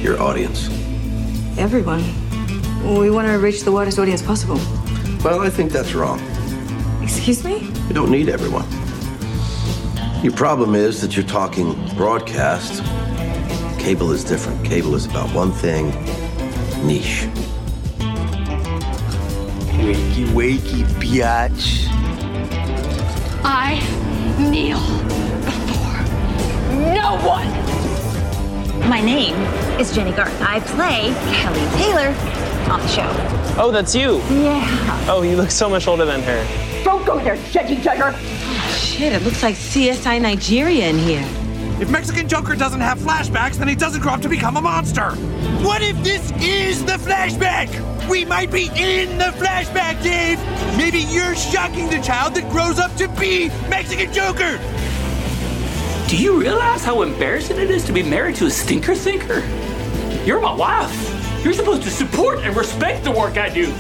your audience? Everyone. We want to reach the widest audience possible. Well, I think that's wrong. Excuse me? You don't need everyone. Your problem is that you're talking broadcast. Cable is different. Cable is about one thing, niche. Wakey, wakey, biatch. I kneel before no one. My name is Jenny Garth. I play Kelly Taylor on the show. Oh, that's you? Yeah. Oh, you look so much older than her. Don't go there, Jenny Tiger. Shit, it looks like CSI Nigeria in here. If Mexican Joker doesn't have flashbacks, then he doesn't grow up to become a monster. What if this is the flashback? We might be in the flashback, Dave. Maybe you're shocking the child that grows up to be Mexican Joker. Do you realize how embarrassing it is to be married to a stinker thinker? You're my wife. You're supposed to support and respect the work I do.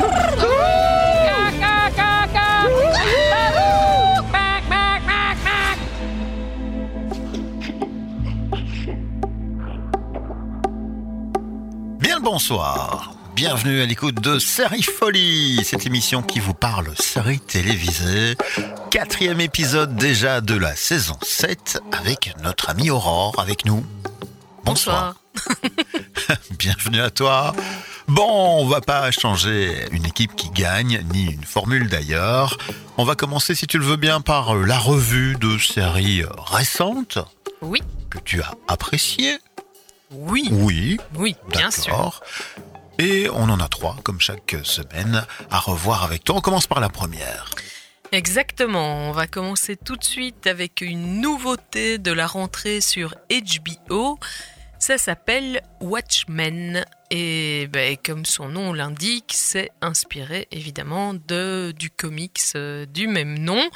Bien le bonsoir. Bienvenue à l'écoute de Série Folie, cette émission qui vous parle séries télévisées. 4e épisode déjà de la saison 7 avec notre amie Aurore avec nous. Bonsoir. Bienvenue à toi. Bon, on va pas changer une équipe qui gagne, ni une formule d'ailleurs. On va commencer, si tu le veux bien, par la revue de séries récentes. Oui. Que tu as appréciées. Oui. Oui. Oui, bien sûr. Et on en a 3, comme chaque semaine, à revoir avec toi. On commence par la première. Exactement. On va commencer tout de suite avec une nouveauté de la rentrée sur HBO. Ça s'appelle Watchmen. Et comme son nom l'indique, c'est inspiré évidemment du comics du même nom.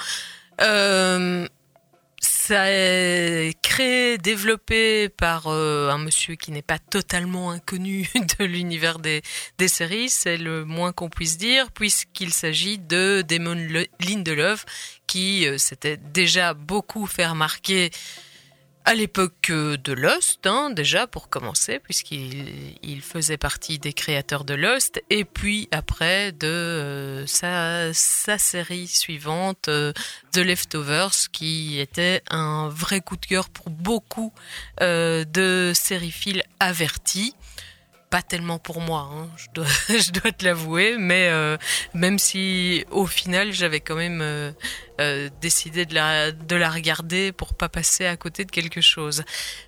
Ça est créé, développé par un monsieur qui n'est pas totalement inconnu de l'univers des séries, c'est le moins qu'on puisse dire, puisqu'il s'agit de Damon Lindelof, qui s'était déjà beaucoup fait remarquer à l'époque de Lost, déjà pour commencer, puisqu'il faisait partie des créateurs de Lost, et puis après de sa série suivante, The Leftovers, qui était un vrai coup de cœur pour beaucoup de sériphiles avertis. Pas tellement pour moi, je dois te l'avouer, mais même si au final j'avais quand même décidé de la regarder pour pas passer à côté de quelque chose.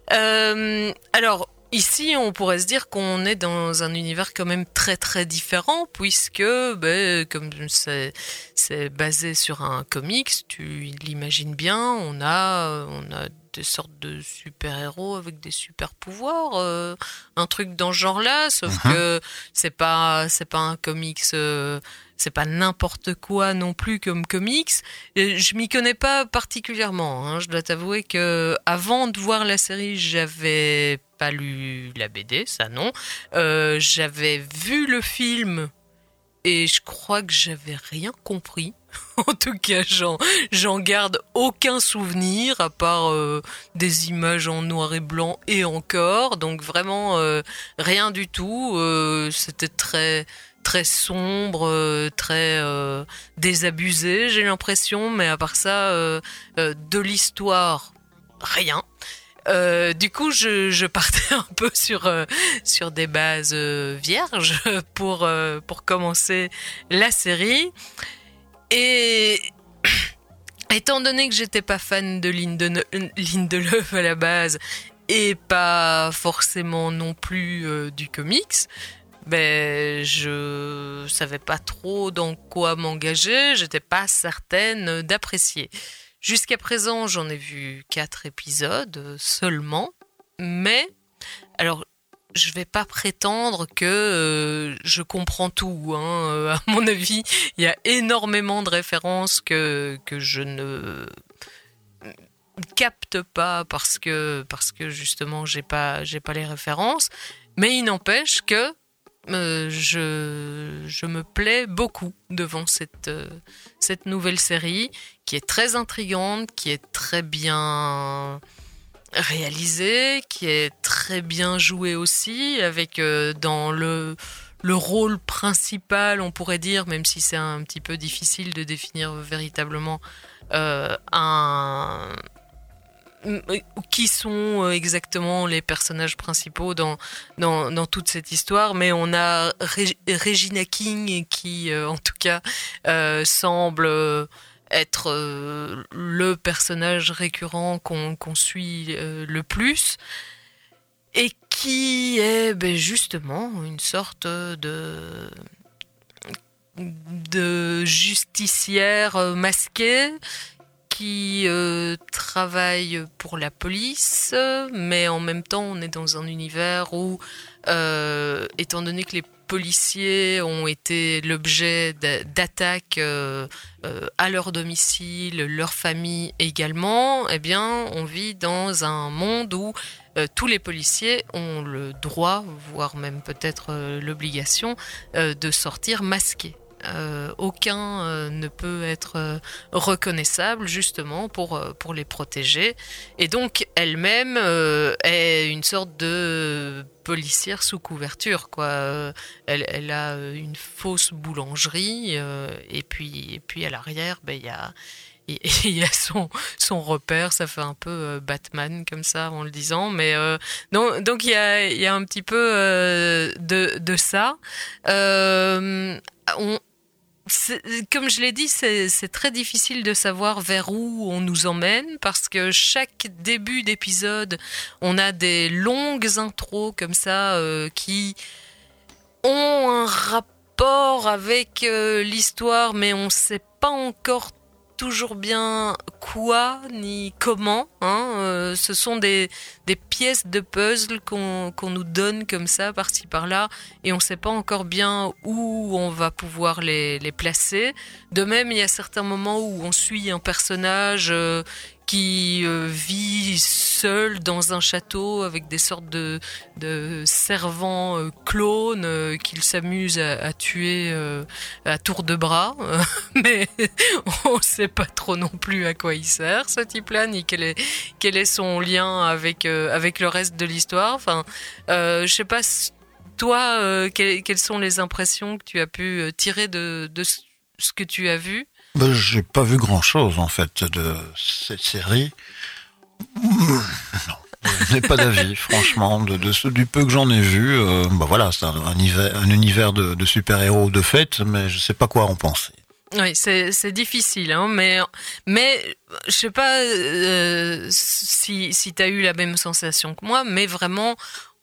Alors ici, on pourrait se dire qu'on est dans un univers quand même très très différent, puisque comme c'est basé sur un comics, tu l'imagines bien, on a des sortes de super-héros avec des super-pouvoirs, un truc dans ce genre-là, sauf que c'est pas un comics, c'est pas n'importe quoi non plus comme comics. Je m'y connais pas particulièrement, je dois t'avouer que avant de voir la série, j'avais pas lu la BD, ça non. J'avais vu le film et je crois que j'avais rien compris. En tout cas, j'en garde aucun souvenir à part des images en noir et blanc et encore. Donc vraiment rien du tout. C'était très très sombre, très désabusé, j'ai l'impression. Mais à part ça, de l'histoire, rien. Du coup, je partais un peu sur des bases vierges pour commencer la série. Et étant donné que j'étais pas fan de Lindelof à la base et pas forcément non plus du comics, je savais pas trop dans quoi m'engager, j'étais pas certaine d'apprécier. Jusqu'à présent, j'en ai vu 4 épisodes seulement, mais alors je vais pas prétendre que je comprends tout. À mon avis, il y a énormément de références que je ne capte pas parce que justement j'ai pas les références. Mais il n'empêche que je me plais beaucoup devant cette nouvelle série qui est très intrigante, qui est très bien réalisé, qui est très bien joué aussi, avec dans le rôle principal, on pourrait dire, même si c'est un petit peu difficile de définir véritablement qui sont exactement les personnages principaux dans toute cette histoire, mais on a Regina King qui, en tout cas, semble être le personnage récurrent qu'on suit le plus, et qui est justement une sorte de justicière masquée qui travaille pour la police, mais en même temps on est dans un univers où, étant donné que les policiers ont été l'objet d'attaques à leur domicile, leur famille également, eh bien on vit dans un monde où tous les policiers ont le droit, voire même peut-être l'obligation, de sortir masqués. Aucun ne peut être reconnaissable justement pour les protéger, et donc elle-même est une sorte de policière sous couverture, quoi. Elle a une fausse boulangerie, et puis à l'arrière il y a son repère. Ça fait un peu Batman comme ça en le disant, mais donc il y a un petit peu de ça. Comme je l'ai dit, c'est très difficile de savoir vers où on nous emmène, parce que chaque début d'épisode, on a des longues intros comme ça qui ont un rapport avec l'histoire, mais on ne sait pas encore toujours bien quoi ni comment, hein. Ce sont des pièces de puzzle qu'on nous donne comme ça par-ci par-là, et on ne sait pas encore bien où on va pouvoir les placer. De même, il y a certains moments où on suit un personnage qui vit seul dans un château avec des sortes de servants clones qu'il s'amuse à tuer à tour de bras, mais on ne sait pas trop non plus à quoi il sert, ce type-là, ni quel est son lien avec le reste de l'histoire. Enfin, je sais pas, toi, quelles sont les impressions que tu as pu tirer de ce que tu as vu? J'ai pas vu grand-chose, en fait, de cette série. Non, je n'ai pas d'avis, franchement. Du peu que j'en ai vu, voilà, c'est un univers de super-héros de fait, mais je sais pas quoi en penser. Oui, c'est difficile, hein, mais je sais pas si t'as eu la même sensation que moi, mais vraiment,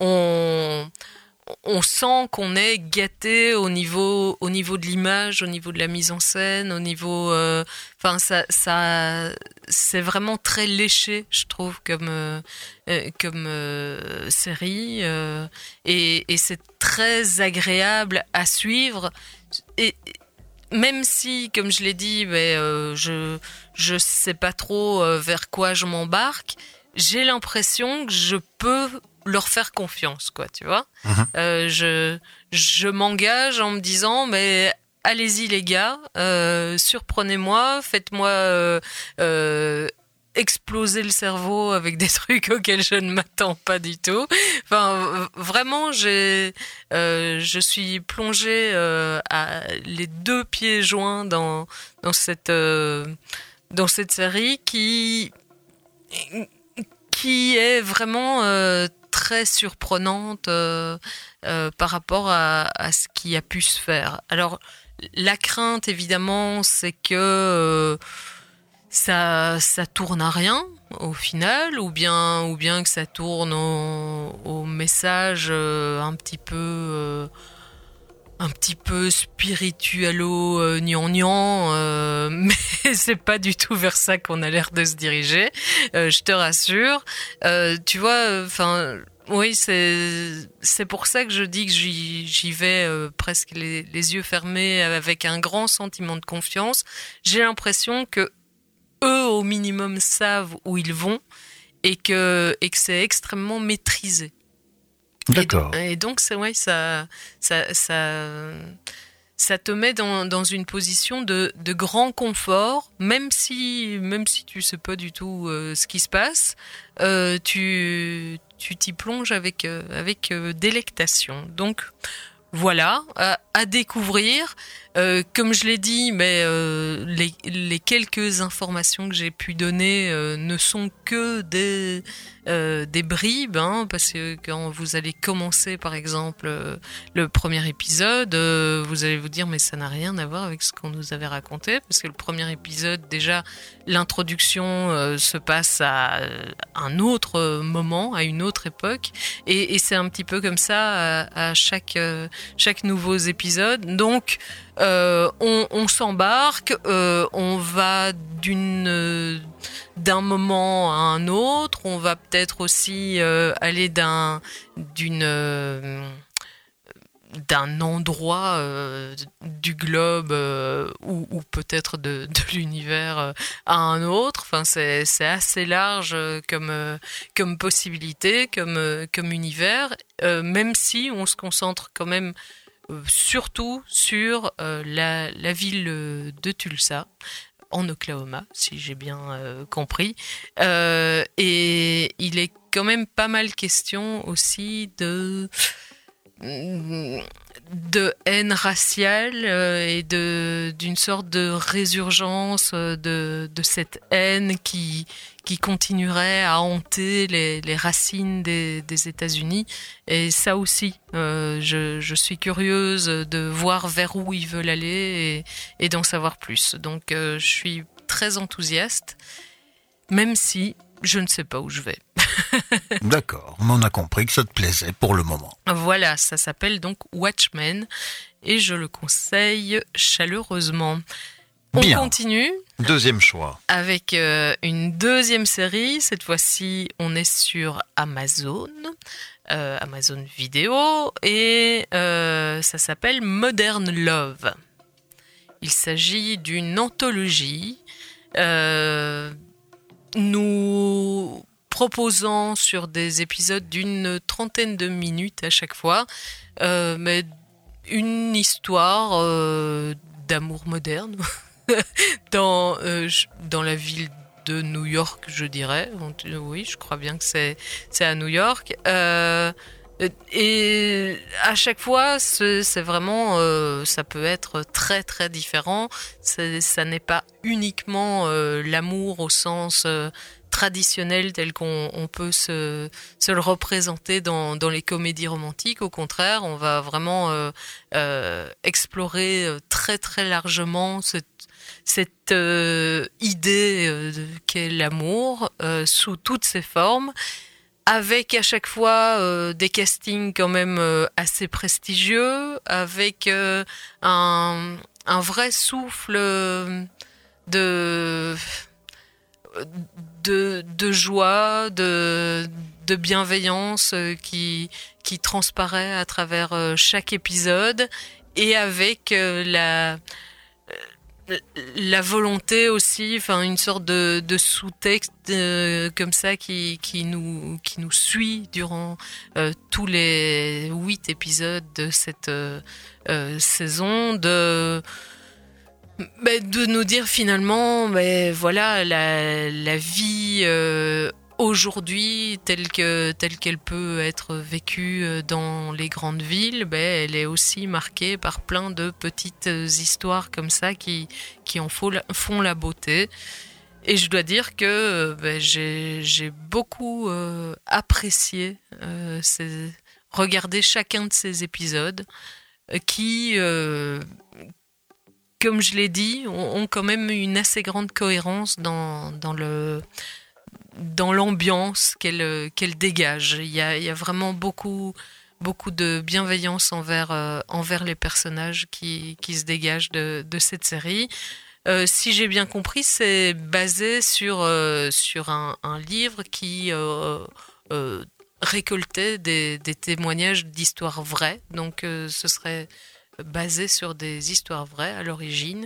on sent qu'on est gâté au niveau de l'image, au niveau de la mise en scène, au niveau, ça c'est vraiment très léché, je trouve, comme série, et c'est très agréable à suivre. Et même si, comme je l'ai dit, je sais pas trop vers quoi je m'embarque, j'ai l'impression que je peux leur faire confiance, quoi, tu vois. Je m'engage en me disant, mais allez-y les gars, surprenez-moi, faites-moi exploser le cerveau avec des trucs auxquels je ne m'attends pas du tout. Enfin, vraiment, je suis plongée à les deux pieds joints dans cette série qui est vraiment très surprenante par rapport à ce qui a pu se faire. Alors, la crainte, évidemment, c'est que ça tourne à rien au final, ou bien que ça tourne au message un petit peu spiritualo gnangnan, mais c'est pas du tout vers ça qu'on a l'air de se diriger, je te rassure. Tu vois, enfin, oui, c'est pour ça que je dis que j'y vais presque les yeux fermés, avec un grand sentiment de confiance. J'ai l'impression que eux, au minimum, savent où ils vont, et que c'est extrêmement maîtrisé. D'accord. Et donc, ça ça te met dans une position de grand confort, même si tu sais pas du tout ce qui se passe, tu t'y plonges avec délectation. Donc voilà, à découvrir. Comme je l'ai dit, mais les quelques informations que j'ai pu donner ne sont que des bribes, hein, parce que quand vous allez commencer, par exemple, le premier épisode, vous allez vous dire mais ça n'a rien à voir avec ce qu'on nous avait raconté, parce que le premier épisode, déjà, l'introduction se passe à un autre moment, à une autre époque, et c'est un petit peu comme ça à chaque nouveau épisode. Donc on s'embarque, on va d'un moment à un autre, on va peut-être aussi aller d'un endroit du globe ou peut-être de l'univers à un autre. Enfin, c'est assez large comme possibilité, comme univers, même si on se concentre quand même surtout sur la ville de Tulsa, en Oklahoma, si j'ai bien compris. Et il est quand même pas mal question aussi de haine raciale et d'une sorte de résurgence de cette haine qui continuerait à hanter les racines des États-Unis. Et ça aussi, je suis curieuse de voir vers où ils veulent aller et d'en savoir plus. Donc je suis très enthousiaste, même si je ne sais pas où je vais. D'accord, mais on a compris que ça te plaisait pour le moment. Voilà, ça s'appelle donc Watchmen et je le conseille chaleureusement. On Bien. Continue. Deuxième choix. Avec une deuxième série. Cette fois-ci, on est sur Amazon Vidéo, et ça s'appelle Modern Love. Il s'agit d'une anthologie. Nous proposant sur des épisodes d'une 30aine de minutes à chaque fois, mais une histoire d'amour moderne dans la ville de New York, je dirais. Oui, je crois bien que c'est à New York. Et à chaque fois, c'est vraiment, ça peut être très très différent. Ça n'est pas uniquement l'amour au sens traditionnel tel qu'on peut se le représenter dans les comédies romantiques. Au contraire, on va vraiment explorer très très largement cette idée qu'est l'amour sous toutes ses formes, avec à chaque fois des castings quand même assez prestigieux, avec un vrai souffle de joie, de bienveillance qui transparaît à travers chaque épisode, et avec la volonté aussi, enfin une sorte de sous-texte comme ça qui nous suit durant tous les 8 épisodes de cette saison, de nous dire finalement, voilà, la vie aujourd'hui telle qu'elle peut être vécue dans les grandes villes, elle est aussi marquée par plein de petites histoires comme ça qui en font la beauté. Et je dois dire que j'ai beaucoup apprécié regarder chacun de ces épisodes qui, comme je l'ai dit, ont quand même une assez grande cohérence dans l'ambiance qu'elle dégage. Il y a vraiment beaucoup de bienveillance envers les personnages qui se dégagent de cette série. Si j'ai bien compris, c'est basé sur un livre qui récoltait des témoignages d'histoires vraies. Donc ce serait basé sur des histoires vraies à l'origine.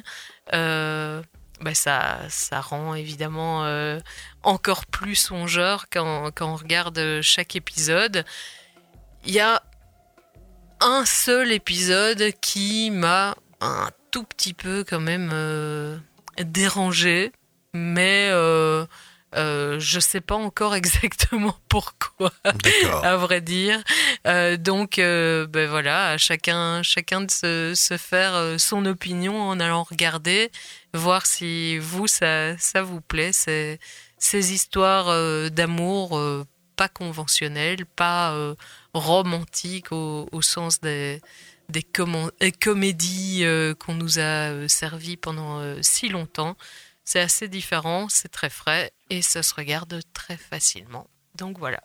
Ça rend évidemment encore plus songeur quand on regarde chaque épisode. Il y a un seul épisode qui m'a un tout petit peu quand même dérangée, mais je sais pas encore exactement pourquoi, à vrai dire. Donc, voilà, à chacun de se faire son opinion en allant regarder, voir si ça vous plaît, ces histoires d'amour pas conventionnelles, pas romantiques au sens des comédies qu'on nous a servies pendant si longtemps. C'est assez différent, c'est très frais et ça se regarde très facilement. Donc voilà.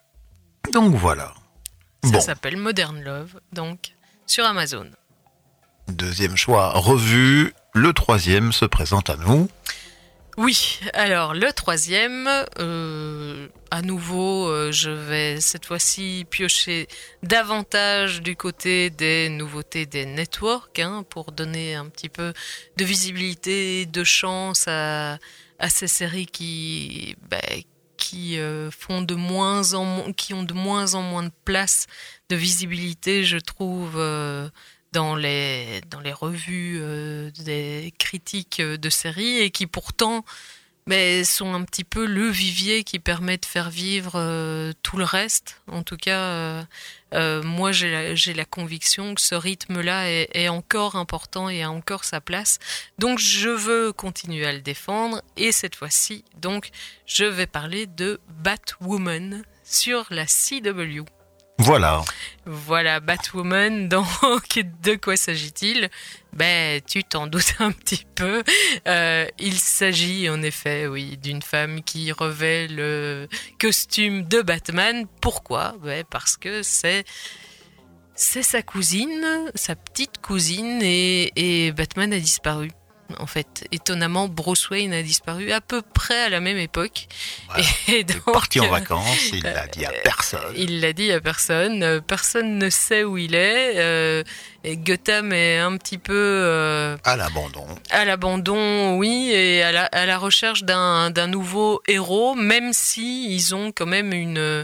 Ça s'appelle Modern Love, donc sur Amazon. Deuxième choix revu, le troisième se présente à nous. Oui, alors le troisième, à nouveau, je vais cette fois-ci piocher davantage du côté des nouveautés des networks, pour donner un petit peu de visibilité, de chance à ces séries qui ont de moins en moins de place, de visibilité, je trouve, dans les revues des critiques de séries, et qui pourtant sont un petit peu le vivier qui permet de faire vivre tout le reste. En tout cas, moi j'ai la conviction que ce rythme-là est encore important et a encore sa place. Donc je veux continuer à le défendre, et cette fois-ci, donc, je vais parler de Batwoman sur la CW. Voilà, Batwoman, donc de quoi s'agit-il ? Tu t'en doutes un petit peu. Il s'agit en effet, oui, d'une femme qui revêt le costume de Batman. Pourquoi ? Parce que c'est sa cousine, sa petite cousine, et Batman a disparu. En fait, étonnamment, Bruce Wayne a disparu à peu près à la même époque. Voilà. Et donc, il est parti en vacances, il l'a dit à personne. Il l'a dit à personne. Personne ne sait où il est. Et Gotham est un petit peu à l'abandon. À l'abandon, oui, et à la recherche d'un nouveau héros, même si ils ont quand même une.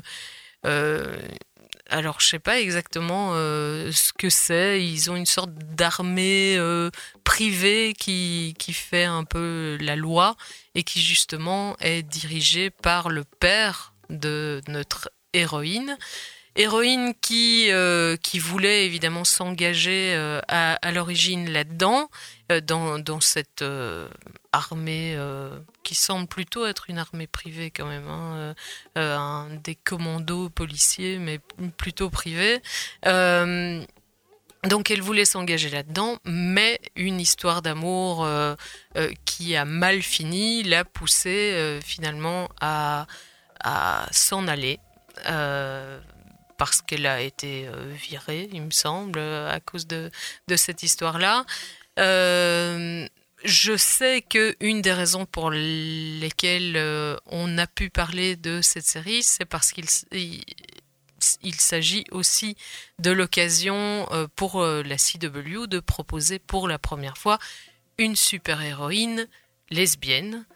Alors, je sais pas exactement ce que c'est. Ils ont une sorte d'armée privée qui fait un peu la loi, et qui justement est dirigée par le père de notre héroïne. Héroïne qui voulait évidemment s'engager à l'origine là-dedans, dans cette armée qui semble plutôt être une armée privée quand même, des commandos policiers, mais plutôt privés. Donc elle voulait s'engager là-dedans, mais une histoire d'amour qui a mal fini l'a poussée finalement à s'en aller. Parce qu'elle a été virée, il me semble, à cause de cette histoire-là. Je sais qu'une des raisons pour lesquelles on a pu parler de cette série, c'est parce qu'il s'agit aussi de l'occasion pour la CW de proposer pour la première fois une super-héroïne lesbienne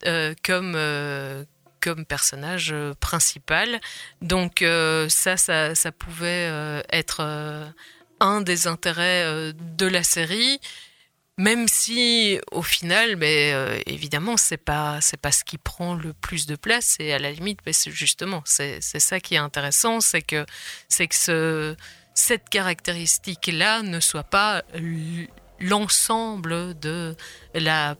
comme personnage principal. Donc ça pouvait être un des intérêts de la série, même si au final, évidemment, c'est pas ce qui prend le plus de place, et à la limite, c'est justement c'est ça qui est intéressant, c'est que cette caractéristique-là ne soit pas l'ensemble de la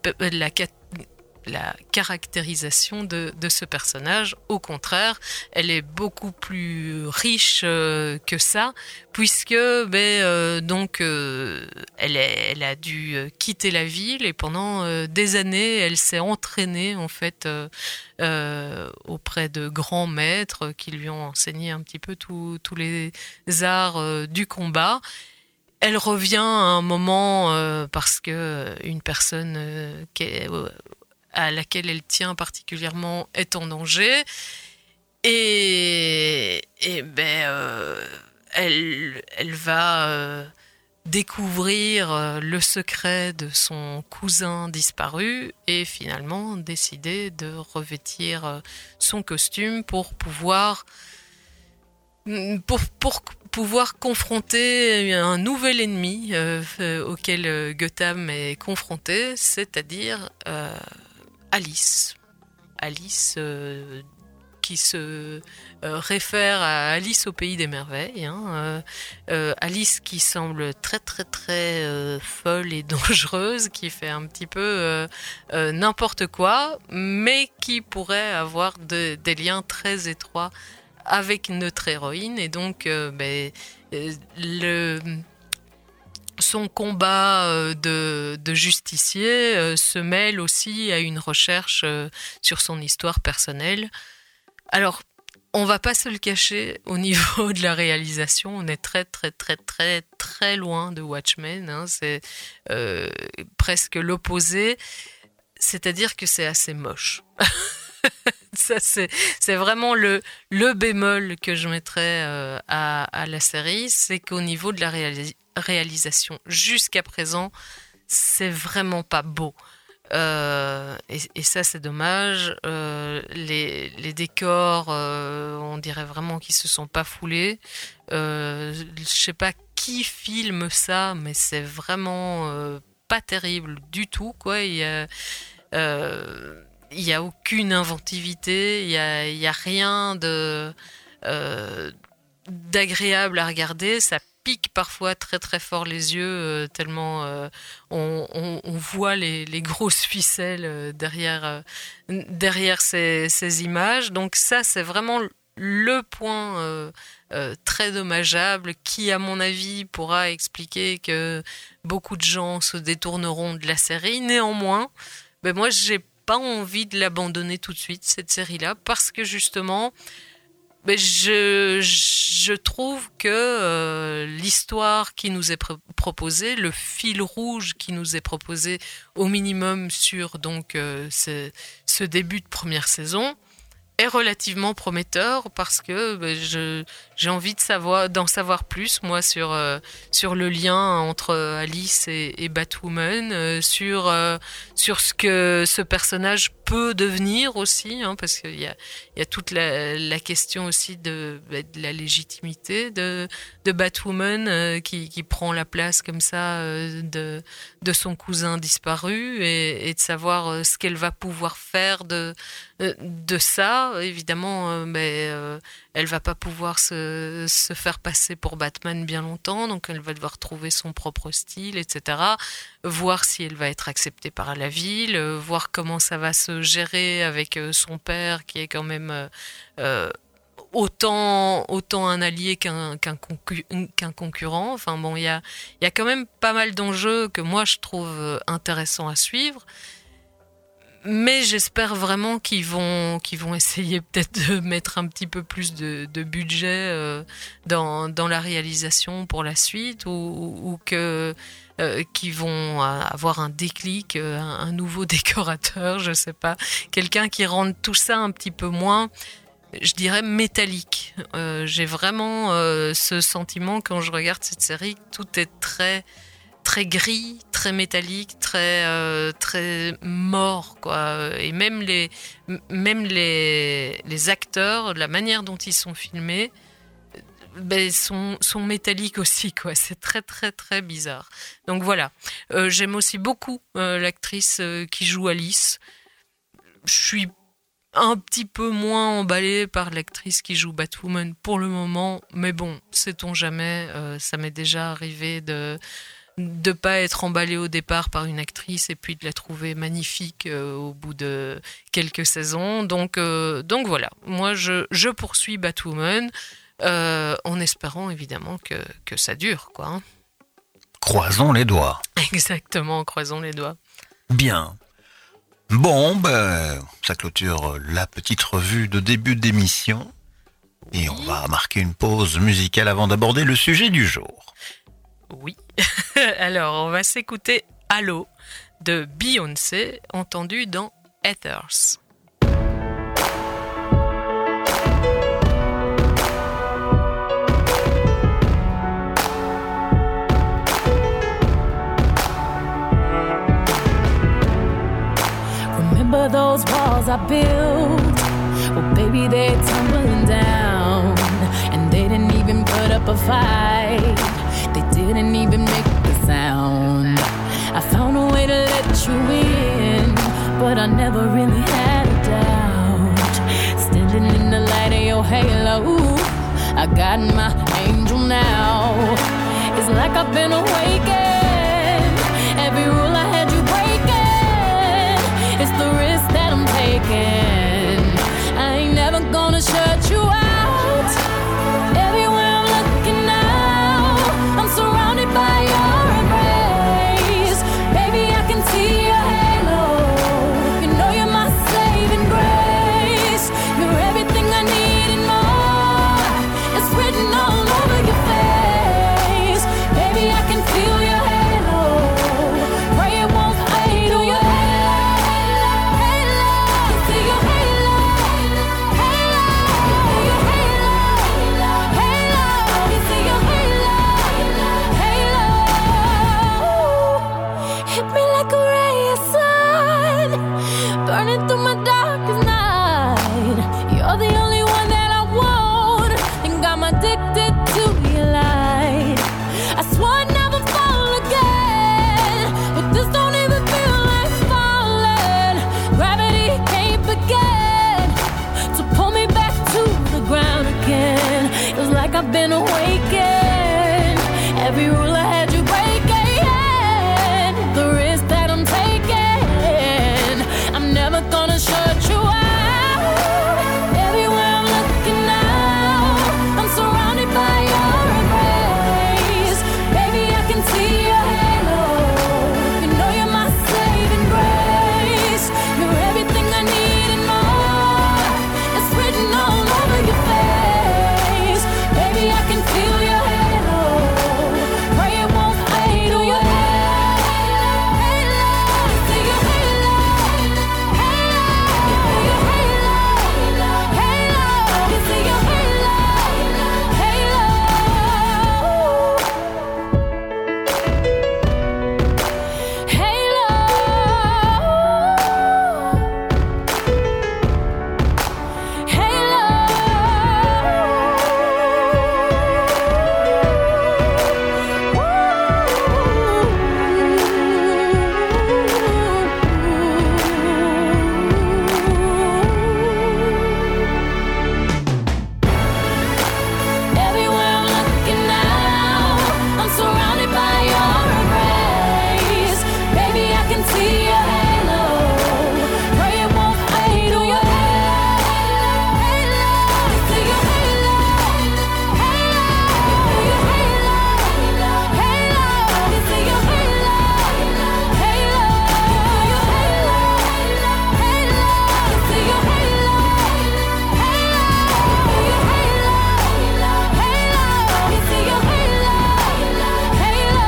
caractérisation de ce personnage. Au contraire, elle est beaucoup plus riche que ça, puisque elle a dû quitter la ville, et pendant des années, elle s'est entraînée en fait auprès de grands maîtres qui lui ont enseigné un petit peu tous les arts du combat. Elle revient à un moment parce que une personne à laquelle elle tient particulièrement est en danger, et elle va découvrir le secret de son cousin disparu, et finalement décider de revêtir son costume pour pouvoir pour pouvoir confronter un nouvel ennemi auquel Gotham est confronté, c'est-à-dire Alice. Alice qui se réfère à Alice au pays des merveilles. Alice qui semble très très très folle et dangereuse, qui fait un petit peu n'importe quoi, mais qui pourrait avoir des liens très étroits avec notre héroïne. Et donc son combat de justicier se mêle aussi à une recherche sur son histoire personnelle. Alors, on va pas se le cacher, au niveau de la réalisation, on est très très très très très loin de Watchmen. C'est presque l'opposé, c'est-à-dire que c'est assez moche. Ça, c'est vraiment le bémol que je mettrais à la série, c'est qu'au niveau de la réalisation, jusqu'à présent, c'est vraiment pas beau. Et ça, c'est dommage. Les décors, on dirait vraiment qu'ils se sont pas foulés. Je sais pas qui filme ça, mais c'est vraiment pas terrible du tout, quoi. Il y a aucune inventivité, il y a rien d'agréable à regarder. Ça pique parfois très très fort les yeux, tellement on voit les grosses ficelles derrière ces images. Donc ça, c'est vraiment le point très dommageable qui, à mon avis, pourra expliquer que beaucoup de gens se détourneront de la série. Néanmoins, moi, j'ai pas envie de l'abandonner tout de suite, cette série-là, parce que justement, je trouve que l'histoire qui nous est proposée, le fil rouge qui nous est proposé au minimum sur donc ce début de première saison, est relativement prometteur, parce que j'ai envie d'en savoir plus, moi, sur le lien entre Alice et Batwoman, sur ce que ce personnage peut devenir aussi, parce qu'il y a toute la question aussi de la légitimité de Batwoman, qui prend la place comme ça de son cousin disparu, et de savoir ce qu'elle va pouvoir faire de ça. Évidemment, elle va pas pouvoir se faire passer pour Batman bien longtemps, donc elle va devoir trouver son propre style, etc. Voir si elle va être acceptée par la ville, voir comment ça va se gérer avec son père, qui est quand même autant un allié qu'un concurrent. Enfin bon, il y a quand même pas mal d'enjeux que moi je trouve intéressants à suivre. Mais j'espère vraiment qu'ils vont essayer peut-être de mettre un petit peu plus de budget dans la réalisation pour la suite, ou qu'ils vont avoir un déclic, un nouveau décorateur, je sais pas, quelqu'un qui rende tout ça un petit peu moins, je dirais, métallique. J'ai vraiment ce sentiment quand je regarde cette série, tout est très très gris, très métallique, très mort, quoi. Et même les acteurs, la manière dont ils sont filmés, sont métalliques aussi, quoi. C'est très très très bizarre. Donc voilà. J'aime aussi beaucoup l'actrice qui joue Alice. Je suis un petit peu moins emballée par l'actrice qui joue Batwoman pour le moment, mais bon, sait-on jamais. Ça m'est déjà arrivé de pas être emballée au départ par une actrice et puis de la trouver magnifique au bout de quelques saisons. Donc voilà, moi je poursuis Batwoman en espérant évidemment que ça dure, quoi. Croisons les doigts. Exactement, croisons les doigts. Bien. Bon, ça clôture la petite revue de début d'émission. Oui. Et on va marquer une pause musicale avant d'aborder le sujet du jour. Oui. Alors, on va s'écouter Allo de Beyoncé, entendu dans Ethers. Remember those walls I built? Well, baby, they're tumbling down, and they didn't a fight. They didn't even make a sound. I found a way to let you in, but I never really had a doubt. Standing in the light of your halo, I got my angel now. It's like I've been awakened. Every rule I had you breaking. It's the risk that I'm taking. I ain't never gonna shut you out. Everywhere I'm looking now, I'm surrounded by your embrace. Baby, I can see your halo. You know you're my saving grace. You're everything I need and more. It's written all over your face. Baby, I can feel your halo. Pray it won't fade. Oh, your halo, halo. I see your halo, halo. Your halo, halo. I see your halo, halo. Hit me like a ray of sun, burning through my darkest night. You're the only one that I want, think I'm addicted to your light. I swore I'd never fall again, but this don't even feel like falling. Gravity can't begin to pull me back to the ground again. It's like I've been awakened. Every rule I had you breaking, the risk that I'm taking. I'm never gonna shut you out. Everywhere I'm looking now, I'm surrounded by your embrace. Baby, I can see your halo. You know you're my saving grace. You're everything I need and more. It's written all over your face. Baby, I can feel your halo. Pray it won't fade. Oh, your halo, halo. I see your halo, halo. Your halo, halo. I see your halo, everywhere I'm looking now, I'm surrounded by your embrace. Baby, I can see your halo. Pray it won't fade. Oh, your halo, halo. I see your halo, halo. Your halo, halo. I see your halo, halo. Your halo, halo. I see your halo, halo. Your halo, halo. I see your halo, halo.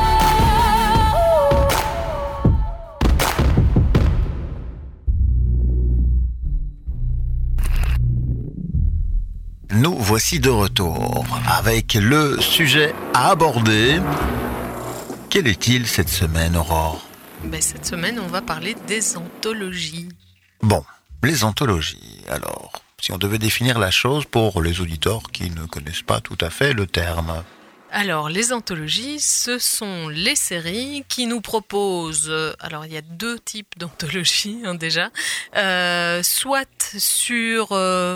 Nous voici de retour avec le sujet à aborder. Quel est-il cette semaine, Aurore ? Cette semaine, on va parler des anthologies. Bon, les anthologies. Alors, si on devait définir la chose pour les auditeurs qui ne connaissent pas tout à fait le terme. Alors, les anthologies, ce sont les séries qui nous proposent... alors, il y a deux types d'anthologies, déjà. Soit sur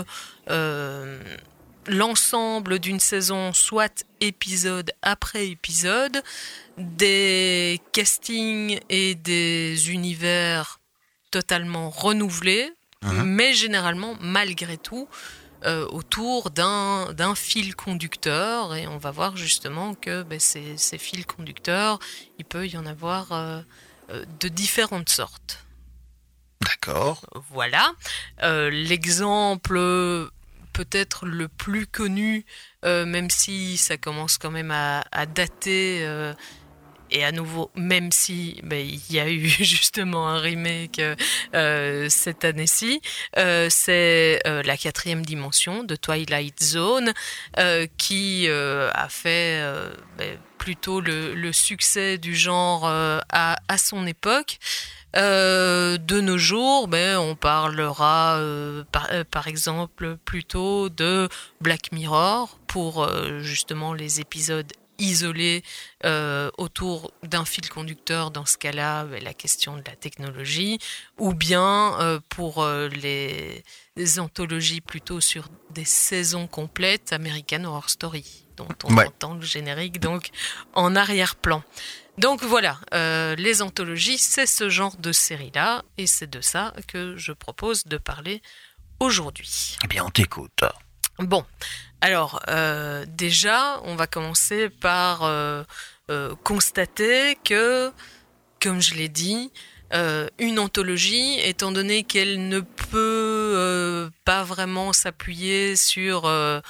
l'ensemble d'une saison, soit épisode après épisode, des castings et des univers totalement renouvelés, mais généralement, malgré tout, autour d'un fil conducteur. Et on va voir justement que ces fils conducteurs, il peut y en avoir de différentes sortes. D'accord. Voilà. L'exemple peut-être le plus connu, même si ça commence quand même à dater, et à nouveau, même si il y a eu justement un remake cette année-ci, c'est la 4e dimension de Twilight Zone, qui a fait plutôt le succès du genre à son époque. De nos jours, on parlera par exemple plutôt de Black Mirror pour justement les épisodes isolés autour d'un fil conducteur, dans ce cas-là, la question de la technologie, ou bien pour les anthologies plutôt sur des saisons complètes, American Horror Story, dont on entend le générique donc en arrière-plan. Donc voilà, les anthologies, c'est ce genre de série-là, et c'est de ça que je propose de parler aujourd'hui. Eh bien, on t'écoute. Bon, alors déjà, on va commencer par constater que, comme je l'ai dit, une anthologie, étant donné qu'elle ne peut pas vraiment s'appuyer sur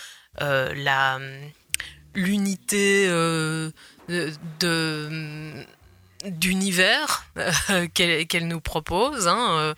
l'unité d'univers qu'elle nous propose,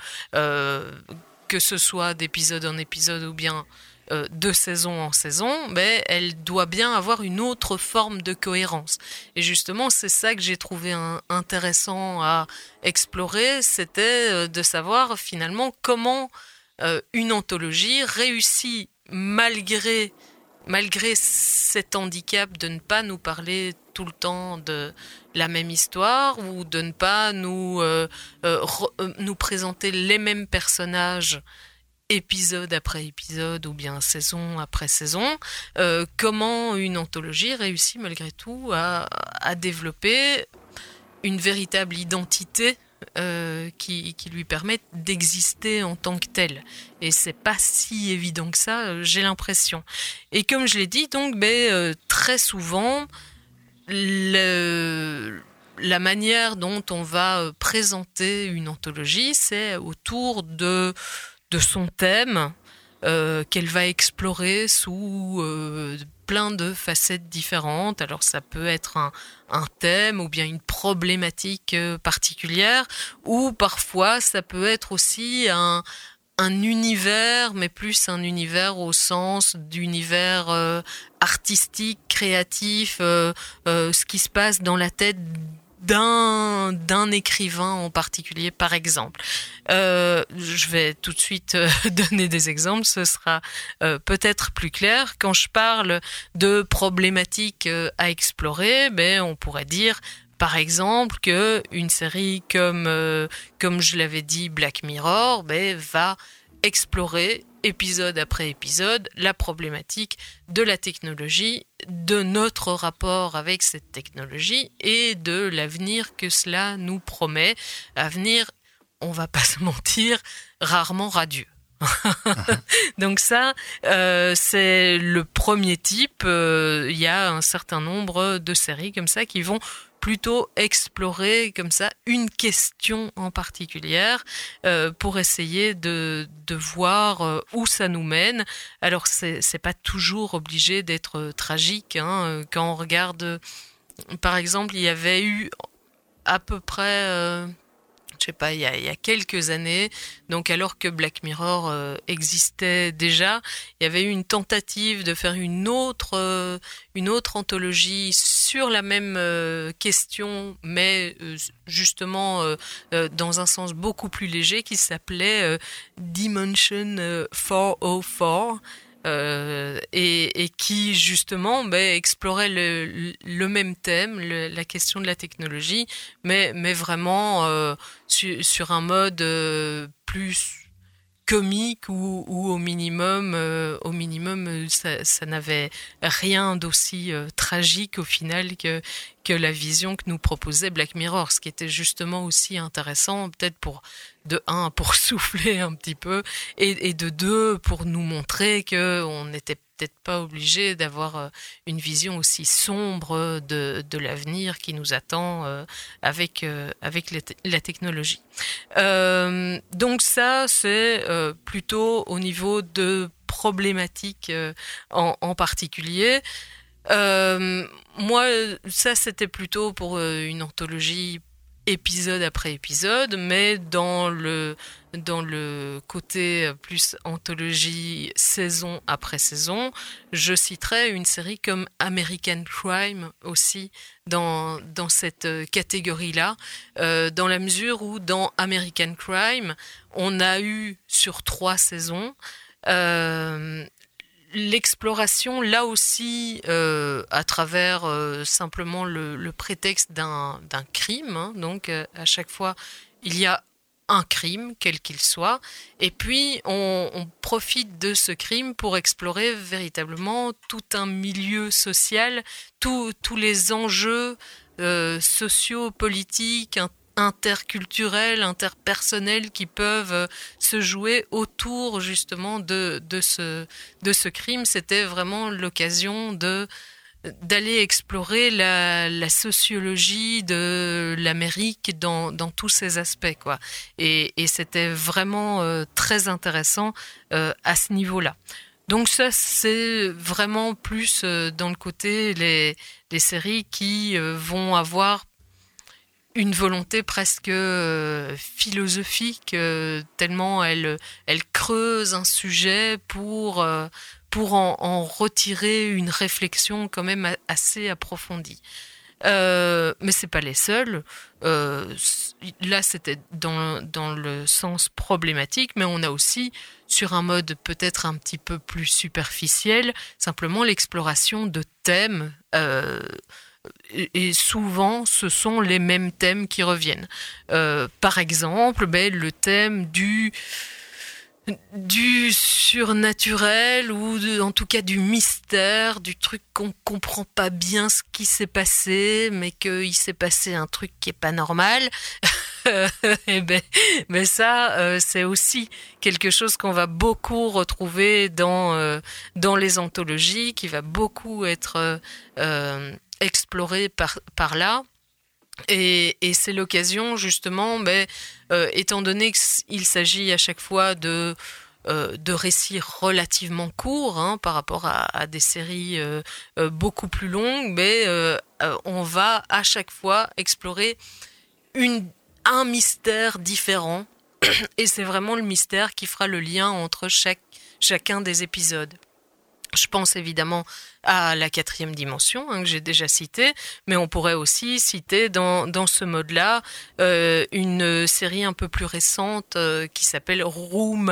que ce soit d'épisode en épisode ou bien de saison en saison, mais elle doit bien avoir une autre forme de cohérence. Et justement, c'est ça que j'ai trouvé intéressant à explorer, c'était de savoir finalement comment une anthologie réussit malgré cet handicap de ne pas nous parler tout le temps de la même histoire ou de ne pas nous présenter les mêmes personnages épisode après épisode ou bien saison après saison, comment une anthologie réussit malgré tout à développer une véritable identité qui lui permet d'exister en tant que telle. Et c'est pas si évident que ça, j'ai l'impression. Et comme je l'ai dit, donc, très souvent, la manière dont on va présenter une anthologie, c'est autour de son thème qu'elle va explorer sous plein de facettes différentes. Alors ça peut être un thème ou bien une problématique particulière, ou parfois ça peut être aussi un univers, mais plus un univers au sens d'univers artistique, créatif, ce qui se passe dans la tête d'un écrivain en particulier, par exemple. Je vais tout de suite donner des exemples, ce sera peut-être plus clair. Quand je parle de problématiques à explorer, on pourrait dire par exemple qu'une série comme je l'avais dit, Black Mirror, va explorer épisode après épisode la problématique de la technologie, de notre rapport avec cette technologie et de l'avenir que cela nous promet. Avenir, on va pas se mentir, rarement radieux. Donc ça, c'est le premier type. Il y a un certain nombre de séries comme ça qui vont plutôt explorer comme ça une question en particulier pour essayer de voir où ça nous mène. Alors c'est pas toujours obligé d'être tragique, hein. Quand on regarde, par exemple, il y avait eu à peu près je sais pas, il y a quelques années, donc alors que Black Mirror existait déjà, il y avait eu une tentative de faire une autre anthologie sur la même question, mais justement dans un sens beaucoup plus léger, qui s'appelait Dimension 404. Et qui justement explorait le même thème, la question de la technologie, mais vraiment sur un mode plus comique ou au minimum ça n'avait rien d'aussi tragique au final que la vision que nous proposait Black Mirror, ce qui était justement aussi intéressant, peut-être pour souffler un petit peu, et de deux, pour nous montrer que on n'était peut-être pas obligé d'avoir une vision aussi sombre de l'avenir qui nous attend avec la technologie. Donc ça, c'est plutôt au niveau de problématiques en particulier. Moi, ça, c'était plutôt pour une anthologie épisode après épisode, mais dans le côté plus anthologie saison après saison, je citerai une série comme American Crime aussi dans cette catégorie-là, dans la mesure où dans American Crime, on a eu sur 3 saisons l'exploration, là aussi, à travers simplement le prétexte d'un crime. Hein, donc, à chaque fois, il y a un crime, quel qu'il soit, et puis on profite de ce crime pour explorer véritablement tout un milieu social, tous les enjeux sociaux, politiques, interculturels, interpersonnels qui peuvent se jouer autour justement de ce crime. C'était vraiment l'occasion d'aller explorer la sociologie de l'Amérique dans tous ses aspects, quoi. Et c'était vraiment très intéressant à ce niveau-là. Donc ça, c'est vraiment plus dans le côté les séries qui vont avoir une volonté presque philosophique, tellement elle creuse un sujet pour en retirer une réflexion quand même assez approfondie. Mais c'est pas les seuls. Là, c'était dans le sens problématique, mais on a aussi, sur un mode peut-être un petit peu plus superficiel, simplement l'exploration de thèmes. Et souvent, ce sont les mêmes thèmes qui reviennent. Par exemple, le thème du surnaturel ou en tout cas du mystère, du truc qu'on comprend pas bien ce qui s'est passé, mais qu'il s'est passé un truc qui est pas normal. Mais ça, c'est aussi quelque chose qu'on va beaucoup retrouver dans les anthologies, qui va beaucoup être exploré par là. Et c'est l'occasion justement, étant donné qu'il s'agit à chaque fois de récits relativement courts, hein, par rapport à des séries beaucoup plus longues, on va à chaque fois explorer un mystère différent, et c'est vraiment le mystère qui fera le lien entre chacun des épisodes. Je pense évidemment à la 4e dimension, hein, que j'ai déjà citée, mais on pourrait aussi citer dans ce mode-là une série un peu plus récente qui s'appelle Room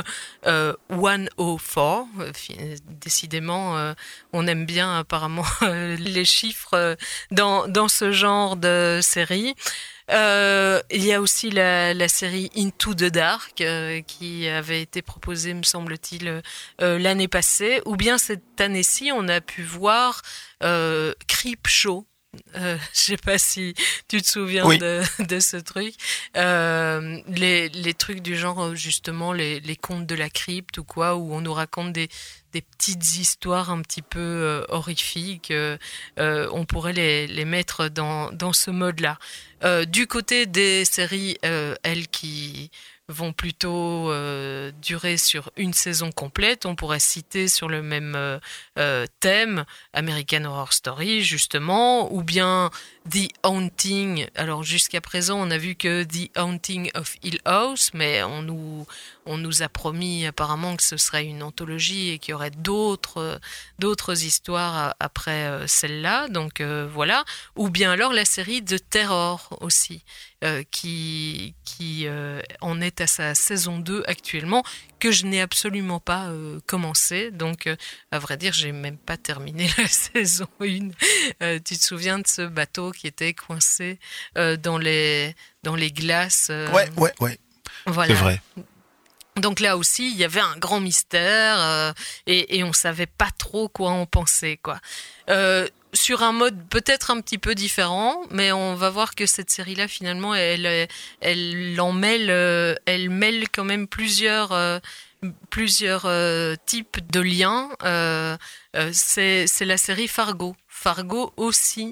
104. Décidément, on aime bien apparemment les chiffres dans ce genre de série. Il y a aussi la série Into the Dark qui avait été proposée, me semble-t-il, l'année passée, ou bien cette année-ci on a pu voir Creepshow. Je sais pas si tu te souviens de ce truc. Les trucs du genre, justement, les contes de la crypte ou quoi, où on nous raconte des petites histoires un petit peu horrifiques. On pourrait les mettre dans ce mode-là. Du côté des séries, elles qui vont plutôt durer sur une saison complète, on pourrait citer sur le même thème American Horror Story, justement, ou bien The Haunting. Alors jusqu'à présent, on a vu que The Haunting of Hill House, mais on nous a promis apparemment que ce serait une anthologie et qu'il y aurait d'autres histoires après celle-là. Donc voilà. Ou bien alors la série de Terror aussi, qui en est à sa saison 2 actuellement, que je n'ai absolument pas commencé. Donc à vrai dire, j'ai même pas terminé la saison 1. Tu te souviens de ce bateau qui était coincé dans les glaces? Ouais. Voilà. C'est vrai. Donc là aussi, il y avait un grand mystère et on savait pas trop quoi en penser, quoi. Sur un mode peut-être un petit peu différent, mais on va voir que cette série-là, finalement, elle mêle quand même plusieurs types de liens. C'est la série Fargo. Fargo aussi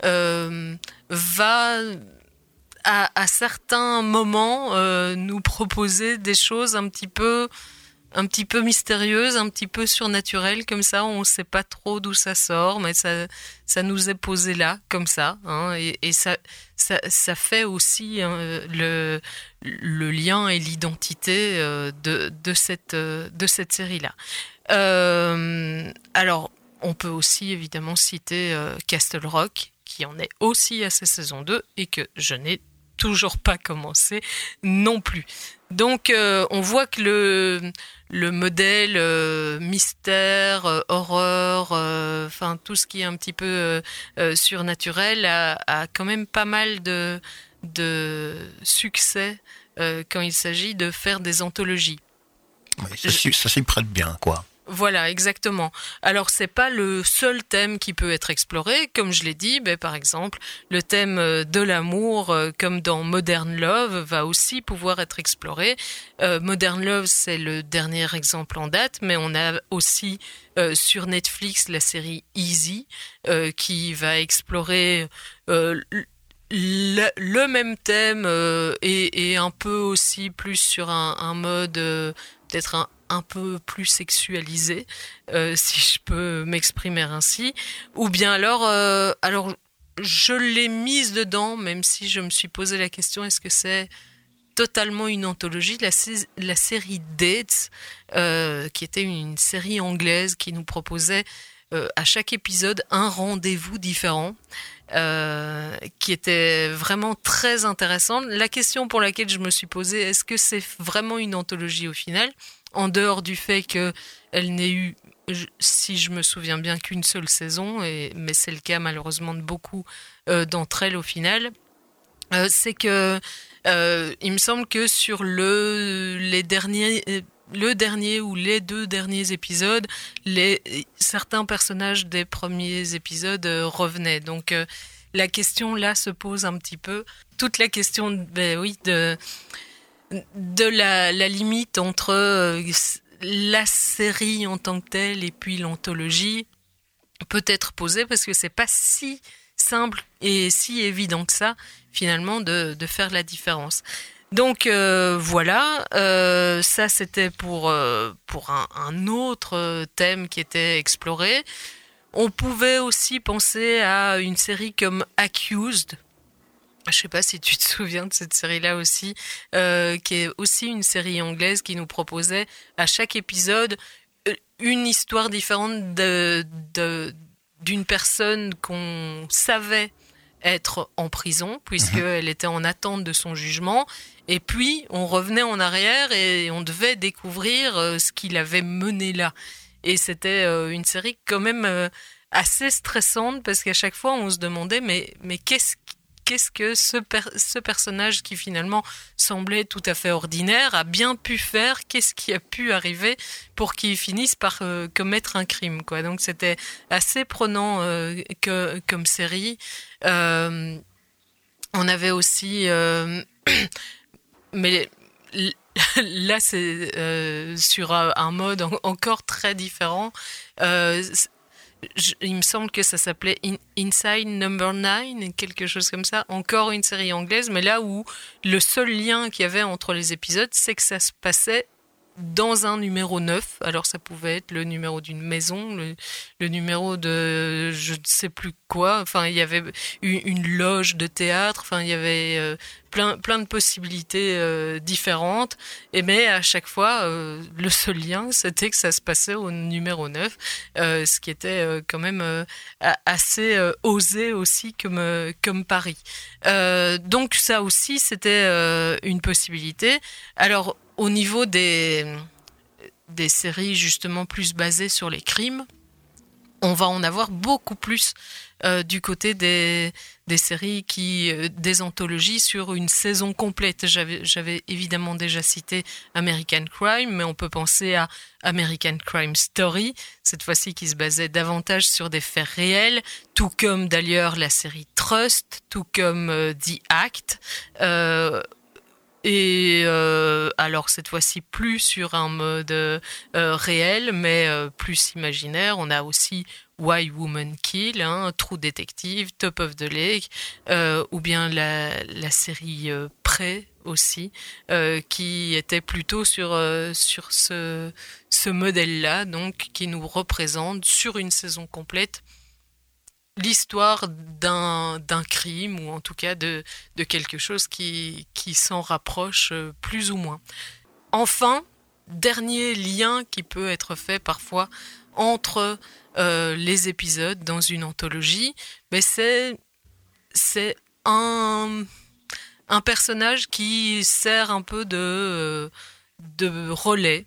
va à certains moments nous proposer des choses un petit peu mystérieuses, un petit peu surnaturelles, comme ça, on ne sait pas trop d'où ça sort, mais ça nous est posé là, comme ça, hein, et ça fait aussi le lien et l'identité de cette série-là. Alors, on peut aussi évidemment citer Castle Rock, qui en est aussi à sa saison 2 et que je n'ai toujours pas commencé non plus. Donc on voit que le modèle mystère, horreur, enfin tout ce qui est un petit peu surnaturel a quand même pas mal de succès quand il s'agit de faire des anthologies. Oui, ça s'y prête bien, quoi. Voilà, exactement. Alors, c'est pas le seul thème qui peut être exploré. Comme je l'ai dit, par exemple, le thème de l'amour, comme dans Modern Love, va aussi pouvoir être exploré. Modern Love, c'est le dernier exemple en date, mais on a aussi sur Netflix la série Easy, qui va explorer le même thème et un peu aussi plus sur un mode peut-être un peu plus sexualisé, si je peux m'exprimer ainsi. Ou bien alors je l'ai mise dedans, même si je me suis posé la question, est-ce que c'est totalement une anthologie, la série Dates, qui était une série anglaise qui nous proposait à chaque épisode un rendez-vous différent, qui était vraiment très intéressante. La question pour laquelle je me suis posée, est-ce que c'est vraiment une anthologie au final ? En dehors du fait qu'elle n'ait eu, si je me souviens bien, qu'une seule saison, mais c'est le cas malheureusement de beaucoup d'entre elles au final, c'est que il me semble que sur le dernier ou les 2 derniers épisodes, certains personnages des premiers épisodes revenaient. Donc la question là se pose un petit peu. Toute la question de la limite entre la série en tant que telle et puis l'anthologie peut être posée, parce que c'est pas si simple et si évident que ça finalement de faire la différence. Donc voilà, ça c'était pour un autre thème qui était exploré. On pouvait aussi penser à une série comme Accused. Je sais pas si tu te souviens de cette série-là aussi, qui est aussi une série anglaise qui nous proposait à chaque épisode une histoire différente d'une personne qu'on savait être en prison, puisqu'elle était en attente de son jugement. Et puis, on revenait en arrière et on devait découvrir ce qui l'avait mené là. Et c'était une série quand même assez stressante, parce qu'à chaque fois, on se demandait, mais qu'est-ce que ce personnage qui finalement semblait tout à fait ordinaire a bien pu faire, qu'est-ce qui a pu arriver pour qu'il finisse par commettre un crime, quoi. Donc c'était assez prenant comme série. On avait aussi mais là c'est sur un mode encore très différent. Il me semble que ça s'appelait Inside Number 9, quelque chose comme ça. Encore une série anglaise, mais là où le seul lien qu'il y avait entre les épisodes, c'est que ça se passait dans un numéro 9. Alors ça pouvait être le numéro d'une maison, le numéro de je ne sais plus quoi. Enfin, il y avait une loge de théâtre. Enfin, il y avait plein de possibilités différentes. Mais à chaque fois, le seul lien, c'était que ça se passait au numéro 9, ce qui était quand même assez osé aussi comme pari. Donc ça aussi, c'était une possibilité. Alors, au niveau des séries justement plus basées sur les crimes, on va en avoir beaucoup plus du côté des séries des anthologies sur une saison complète. J'avais évidemment déjà cité American Crime, mais on peut penser à American Crime Story, cette fois-ci qui se basait davantage sur des faits réels, tout comme d'ailleurs la série Trust, tout comme The Act. Et alors cette fois-ci plus sur un mode réel, mais plus imaginaire. On a aussi Why Women Kill, True Detective, Top of the Lake, ou bien la série Prey aussi, qui était plutôt sur ce modèle-là, donc qui nous représente sur une saison complète l'histoire d'un crime, ou en tout cas de quelque chose qui s'en rapproche plus ou moins. Enfin, dernier lien qui peut être fait parfois entre les épisodes dans une anthologie, mais c'est un un personnage qui sert un peu de relais,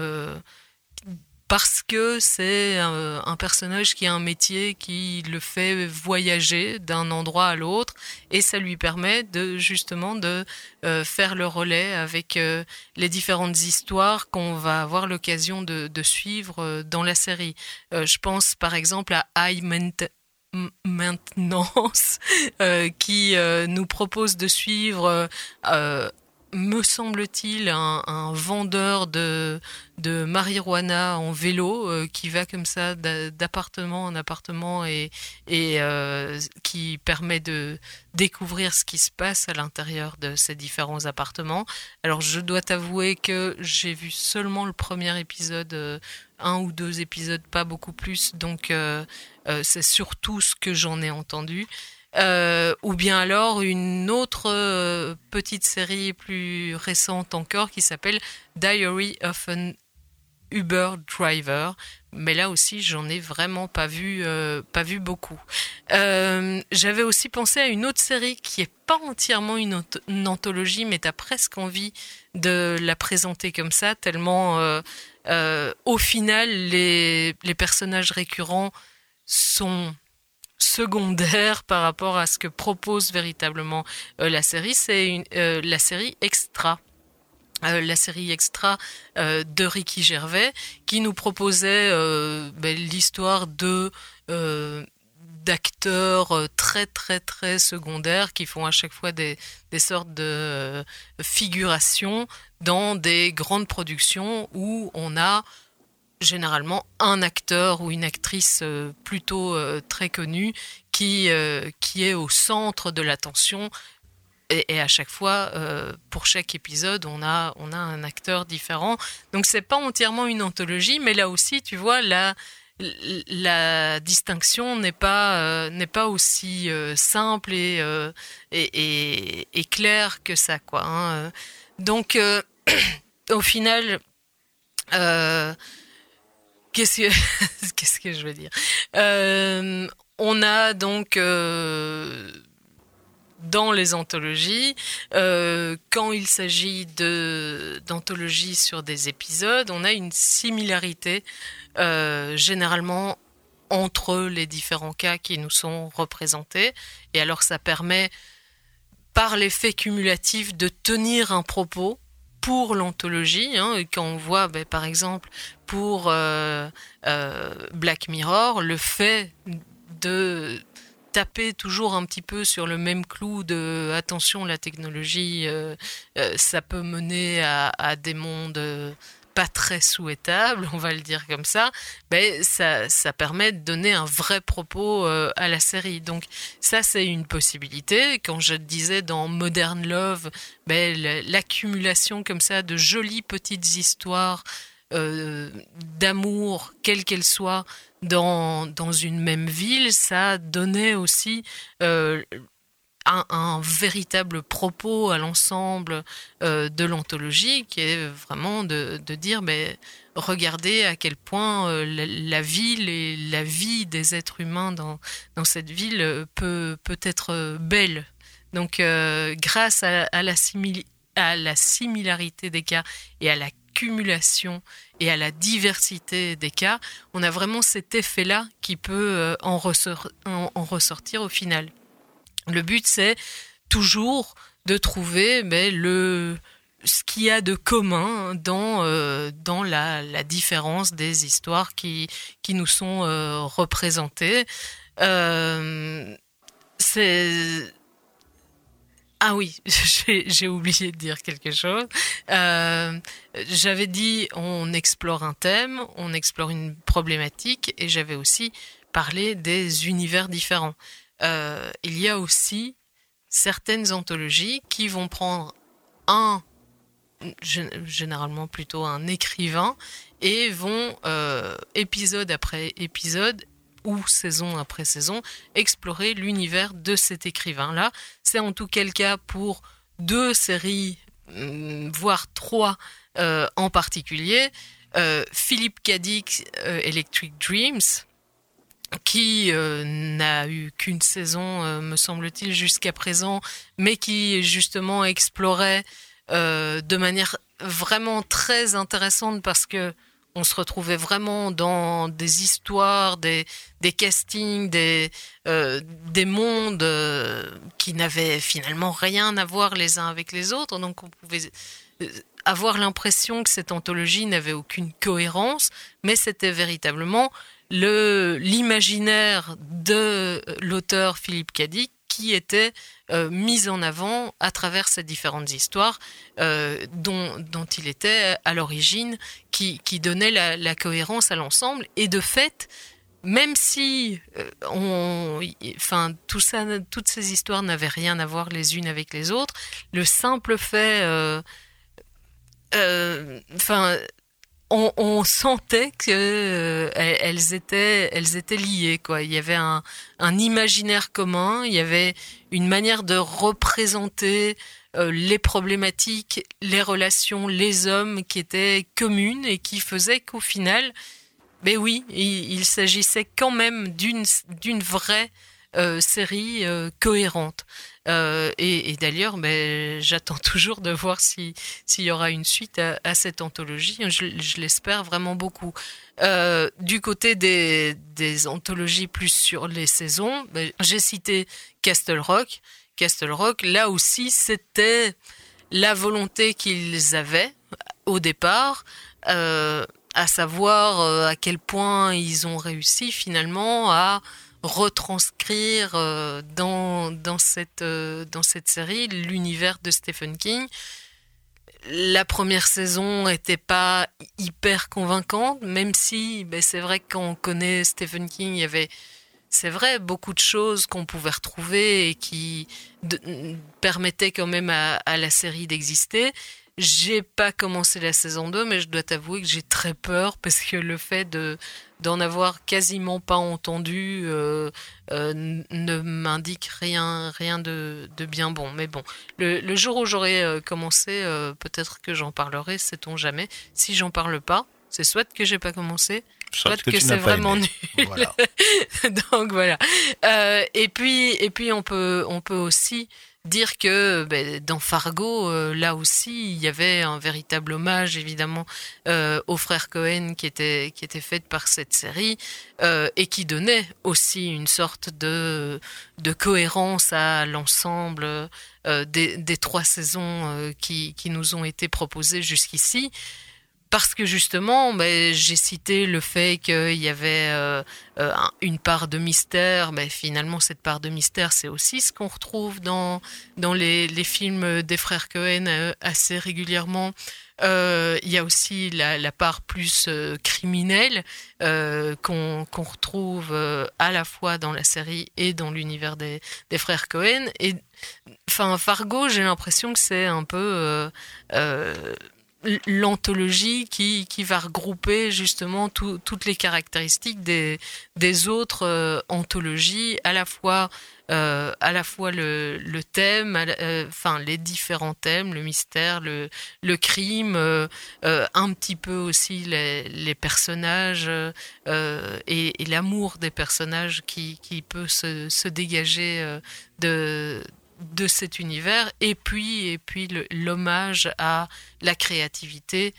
parce que c'est un personnage qui a un métier qui le fait voyager d'un endroit à l'autre, et ça lui permet justement de faire le relais avec les différentes histoires qu'on va avoir l'occasion de suivre dans la série. Je pense par exemple à High Maintenance, qui nous propose de suivre me semble-t-il, un vendeur de marijuana en vélo qui va comme ça d'appartement en appartement et qui permet de découvrir ce qui se passe à l'intérieur de ces différents appartements. Alors je dois t'avouer que j'ai vu seulement le premier épisode, 1 ou 2 épisodes, pas beaucoup plus, donc c'est surtout ce que j'en ai entendu. Ou bien alors une autre petite série plus récente encore qui s'appelle Diary of an Uber Driver, mais là aussi j'en ai vraiment pas vu beaucoup. J'avais aussi pensé à une autre série qui est pas entièrement une anthologie, mais t'as presque envie de la présenter comme ça, tellement au final les personnages récurrents sont secondaire par rapport à ce que propose véritablement la série. C'est la série Extra. La série Extra de Ricky Gervais, qui nous proposait l'histoire d'acteurs très très très secondaires qui font à chaque fois des sortes de figurations dans des grandes productions où on a généralement un acteur ou une actrice plutôt très connue qui est au centre de l'attention, et à chaque fois pour chaque épisode on a un acteur différent, donc c'est pas entièrement une anthologie, mais là aussi tu vois la distinction n'est pas aussi simple et claire que ça, quoi, hein. Donc au final qu'est-ce que je veux dire, on a donc dans les anthologies, quand il s'agit d'anthologies sur des épisodes, on a une similarité généralement entre les différents cas qui nous sont représentés, et alors ça permet par l'effet cumulatif de tenir un propos pour l'anthologie, hein. Quand on voit par exemple pour Black Mirror, le fait de taper toujours un petit peu sur le même clou de attention, la technologie, ça peut mener à des mondes pas très souhaitables, on va le dire comme ça, ça permet de donner un vrai propos à la série. Donc ça, c'est une possibilité. Quand je disais dans Modern Love, l'accumulation comme ça de jolies petites histoires d'amour, quelle qu'elle soit, dans une même ville, ça donnait aussi un véritable propos à l'ensemble de l'anthologie, qui est vraiment de dire regardez à quel point la ville et la vie des êtres humains dans cette ville peut être belle. Donc grâce à la similarité des cas et à la cumulation et à la diversité des cas, on a vraiment cet effet-là qui peut en ressortir au final. Le but, c'est toujours de trouver ce qu'il y a de commun dans la différence des histoires qui nous sont représentées. Ah oui, j'ai oublié de dire quelque chose. J'avais dit on explore un thème, on explore une problématique, et j'avais aussi parlé des univers différents. Il y a aussi certaines anthologies qui vont prendre généralement plutôt un écrivain, et vont épisode après épisode ou saison après saison explorer l'univers de cet écrivain-là. C'est en tout cas le cas pour 2 séries, voire 3 en particulier. Philippe K. Dick, Electric Dreams, qui n'a eu qu'une saison, me semble-t-il, jusqu'à présent, mais qui justement explorait de manière vraiment très intéressante parce que on se retrouvait vraiment dans des histoires, des castings, des mondes qui n'avaient finalement rien à voir les uns avec les autres. Donc on pouvait avoir l'impression que cette anthologie n'avait aucune cohérence, mais c'était véritablement l'imaginaire de l'auteur Philippe Cadic qui était mise en avant à travers ces différentes histoires dont il était à l'origine, qui donnait la cohérence à l'ensemble. Et de fait, même si toutes ces histoires n'avaient rien à voir les unes avec les autres, le simple fait... on sentait que elles étaient liées, quoi. Il y avait un imaginaire commun, il y avait une manière de représenter les problématiques, les relations, les hommes qui étaient communes et qui faisaient qu'au final, ben oui, il s'agissait quand même d'une vraie série cohérente. Et d'ailleurs, j'attends toujours de voir s'il y aura une suite à cette anthologie. Je l'espère vraiment beaucoup. Du côté des anthologies plus sur les saisons, j'ai cité Castle Rock. Castle Rock, là aussi, c'était la volonté qu'ils avaient au départ, à savoir à quel point ils ont réussi finalement à retranscrire dans cette série l'univers de Stephen King. La première saison n'était pas hyper convaincante, même si c'est vrai que quand on connaît Stephen King, il y avait, c'est vrai, beaucoup de choses qu'on pouvait retrouver et qui permettaient quand même à la série d'exister. J'ai pas commencé la saison 2, mais je dois t'avouer que j'ai très peur parce que le fait d'en avoir quasiment pas entendu ne m'indique rien de bien bon. Mais bon, le jour où j'aurai commencé, peut-être que j'en parlerai, sait-on jamais. Si j'en parle pas, c'est soit que j'ai pas commencé, soit que c'est vraiment nul. Voilà. Donc voilà. Et puis on peut aussi dire que dans Fargo, là aussi, il y avait un véritable hommage, évidemment, aux frères Cohen qui était fait par cette série et qui donnait aussi une sorte de cohérence à l'ensemble des 3 saisons qui nous ont été proposées jusqu'ici. Parce que justement, j'ai cité le fait qu'il y avait une part de mystère. Finalement, cette part de mystère, c'est aussi ce qu'on retrouve dans les films des frères Cohen assez régulièrement. Il y a aussi la part plus criminelle qu'on retrouve à la fois dans la série et dans l'univers des frères Cohen. Et Fargo, j'ai l'impression que c'est un peu... l'anthologie qui va regrouper justement toutes les caractéristiques des autres anthologies, à la fois le thème, les différents thèmes, le mystère, le crime, un petit peu aussi les personnages et l'amour des personnages qui peut se dégager de cet univers, et puis l'hommage à la créativité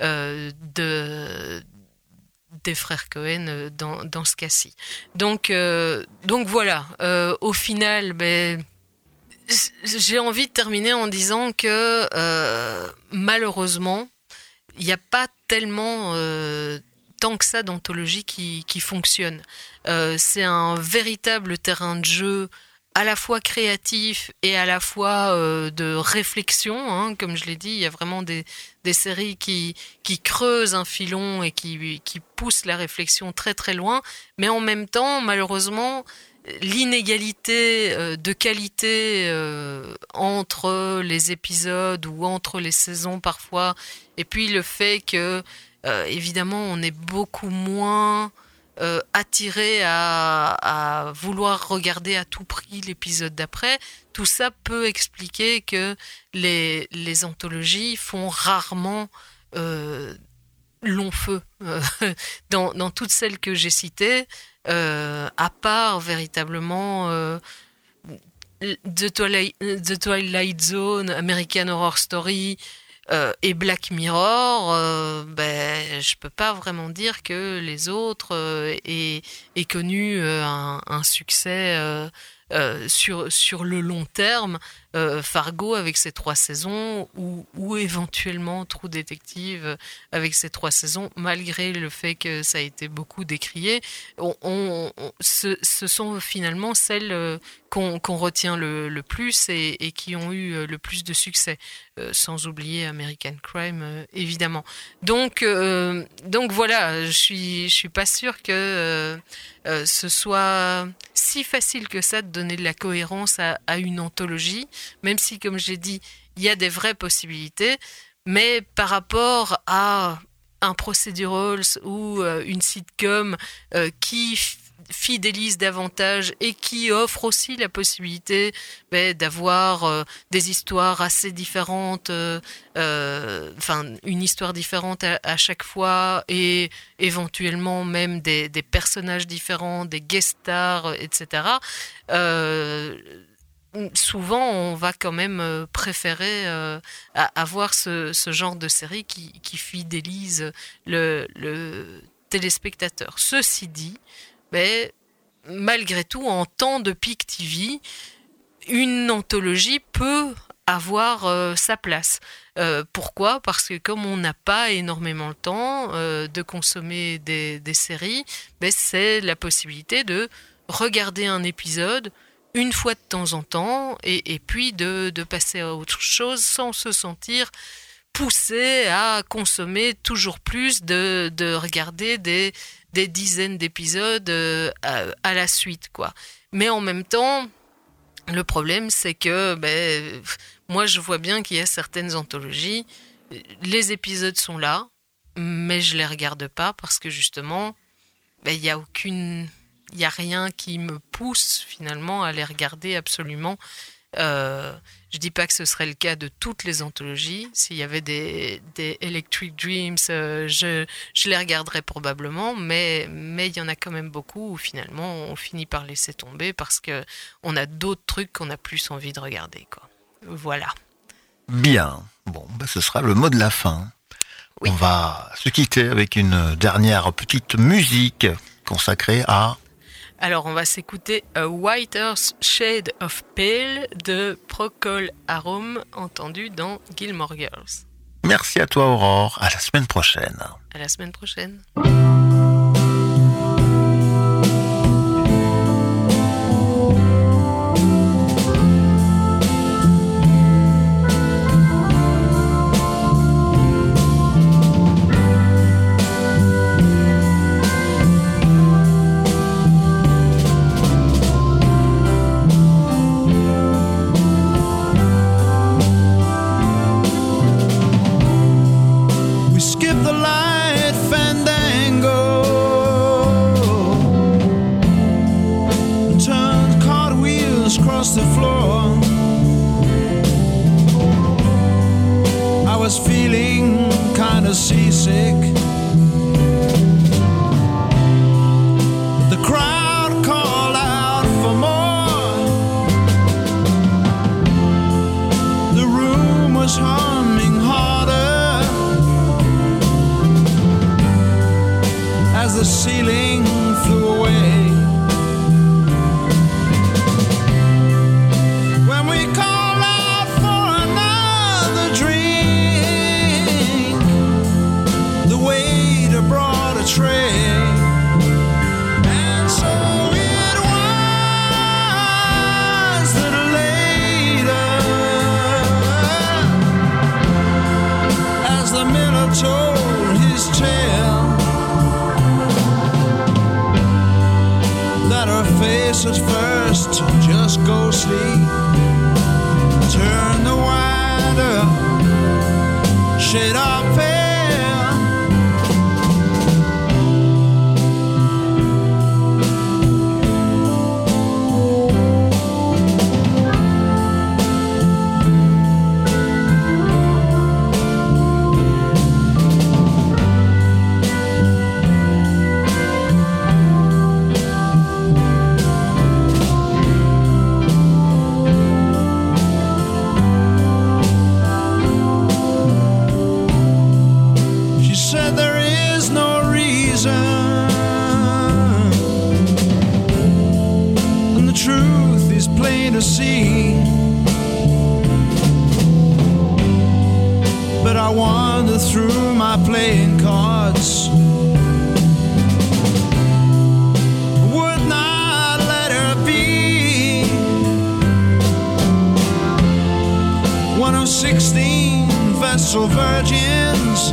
des frères Cohen dans ce cas-ci. Donc voilà, au final, j'ai envie de terminer en disant que malheureusement, il n'y a pas tellement tant que ça d'anthologie qui fonctionne. C'est un véritable terrain de jeu à la fois créatif et à la fois de réflexion, comme je l'ai dit, il y a vraiment des séries qui creusent un filon et qui poussent la réflexion très très loin, mais en même temps, malheureusement, l'inégalité de qualité entre les épisodes ou entre les saisons parfois, et puis le fait que, évidemment, on est beaucoup moins... attiré à vouloir regarder à tout prix l'épisode d'après, tout ça peut expliquer que les anthologies font rarement long feu. Dans toutes celles que j'ai citées, à part véritablement The Twilight Zone, American Horror Story et Black Mirror, je peux pas vraiment dire que les autres aient connu un succès sur le long terme. Fargo avec ses 3 saisons ou éventuellement True Detective avec ses 3 saisons, malgré le fait que ça a été beaucoup décrié, ce sont finalement celles qu'on retient le plus et qui ont eu le plus de succès, sans oublier American Crime évidemment. Donc voilà, je suis pas sûre que ce soit si facile que ça de donner de la cohérence à une anthologie, même si, comme j'ai dit, il y a des vraies possibilités, mais par rapport à un procedurals ou une sitcom qui fidélise davantage et qui offre aussi la possibilité d'avoir des histoires assez différentes, une histoire différente à chaque fois, et éventuellement même des personnages différents, des guest stars, etc. Souvent, on va quand même préférer avoir ce genre de série qui fidélise le téléspectateur. Ceci dit, malgré tout, en temps de Peak TV, une anthologie peut avoir sa place. Pourquoi ? Parce que comme on n'a pas énormément le temps de consommer des séries, c'est la possibilité de regarder un épisode une fois de temps en temps et puis de passer à autre chose sans se sentir poussé à consommer toujours plus, de regarder des dizaines d'épisodes à la suite, quoi. Mais en même temps, le problème, c'est que moi, je vois bien qu'il y a certaines anthologies, les épisodes sont là, mais je les regarde pas parce que justement, il y a rien qui me pousse finalement à les regarder absolument. Je dis pas que ce serait le cas de toutes les anthologies. S'il y avait des Electric Dreams, je les regarderais probablement, mais il y en a quand même beaucoup où finalement on finit par laisser tomber parce que on a d'autres trucs qu'on a plus envie de regarder, quoi. Voilà. Bien. Bon, ce sera le mot de la fin. Oui. On va se quitter avec une dernière petite musique consacrée à... Alors, on va s'écouter A Whiter Shade of Pale de Procol Harum, entendu dans Gilmore Girls. Merci à toi, Aurore. À la semaine prochaine. À la semaine prochaine. The floor, I was feeling kind of seasick. The crowd called out for more. The room was humming harder as the ceiling flew away. Told his tale that her face at first just ghostly, turn the wider shade of pale. me to see. But I wander through my playing cards. Would not let her be one of 16 Vestal virgins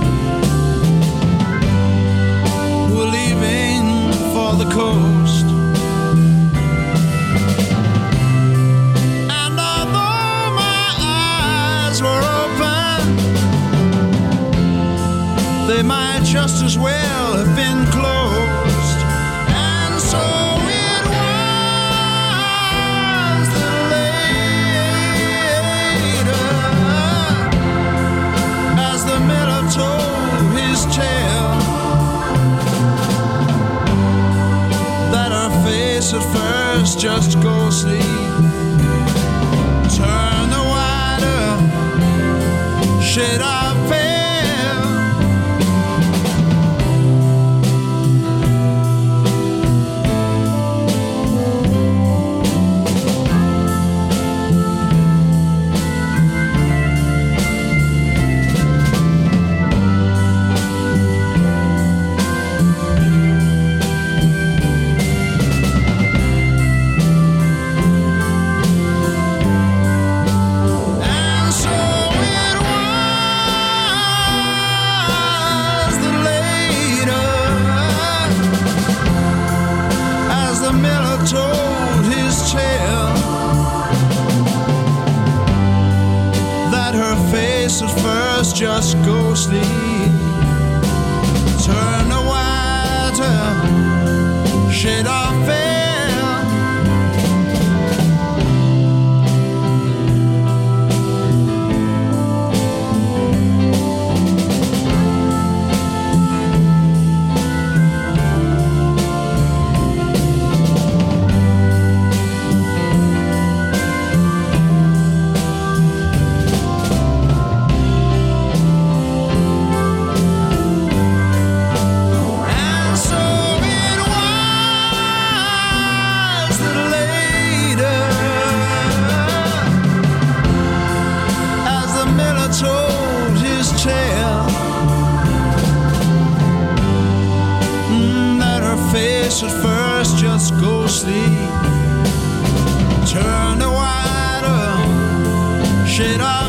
who were leaving for the coast. And although my eyes were open, they might just as well have been closed. And so it was that later, as the miller told his tale, that her face at first just ghostly turned the wider shade of pale. Told his tale, that her face at first just ghostly turned a whiter shade of pale. Told his tale, that her face at first just ghostly turned a whiter shade of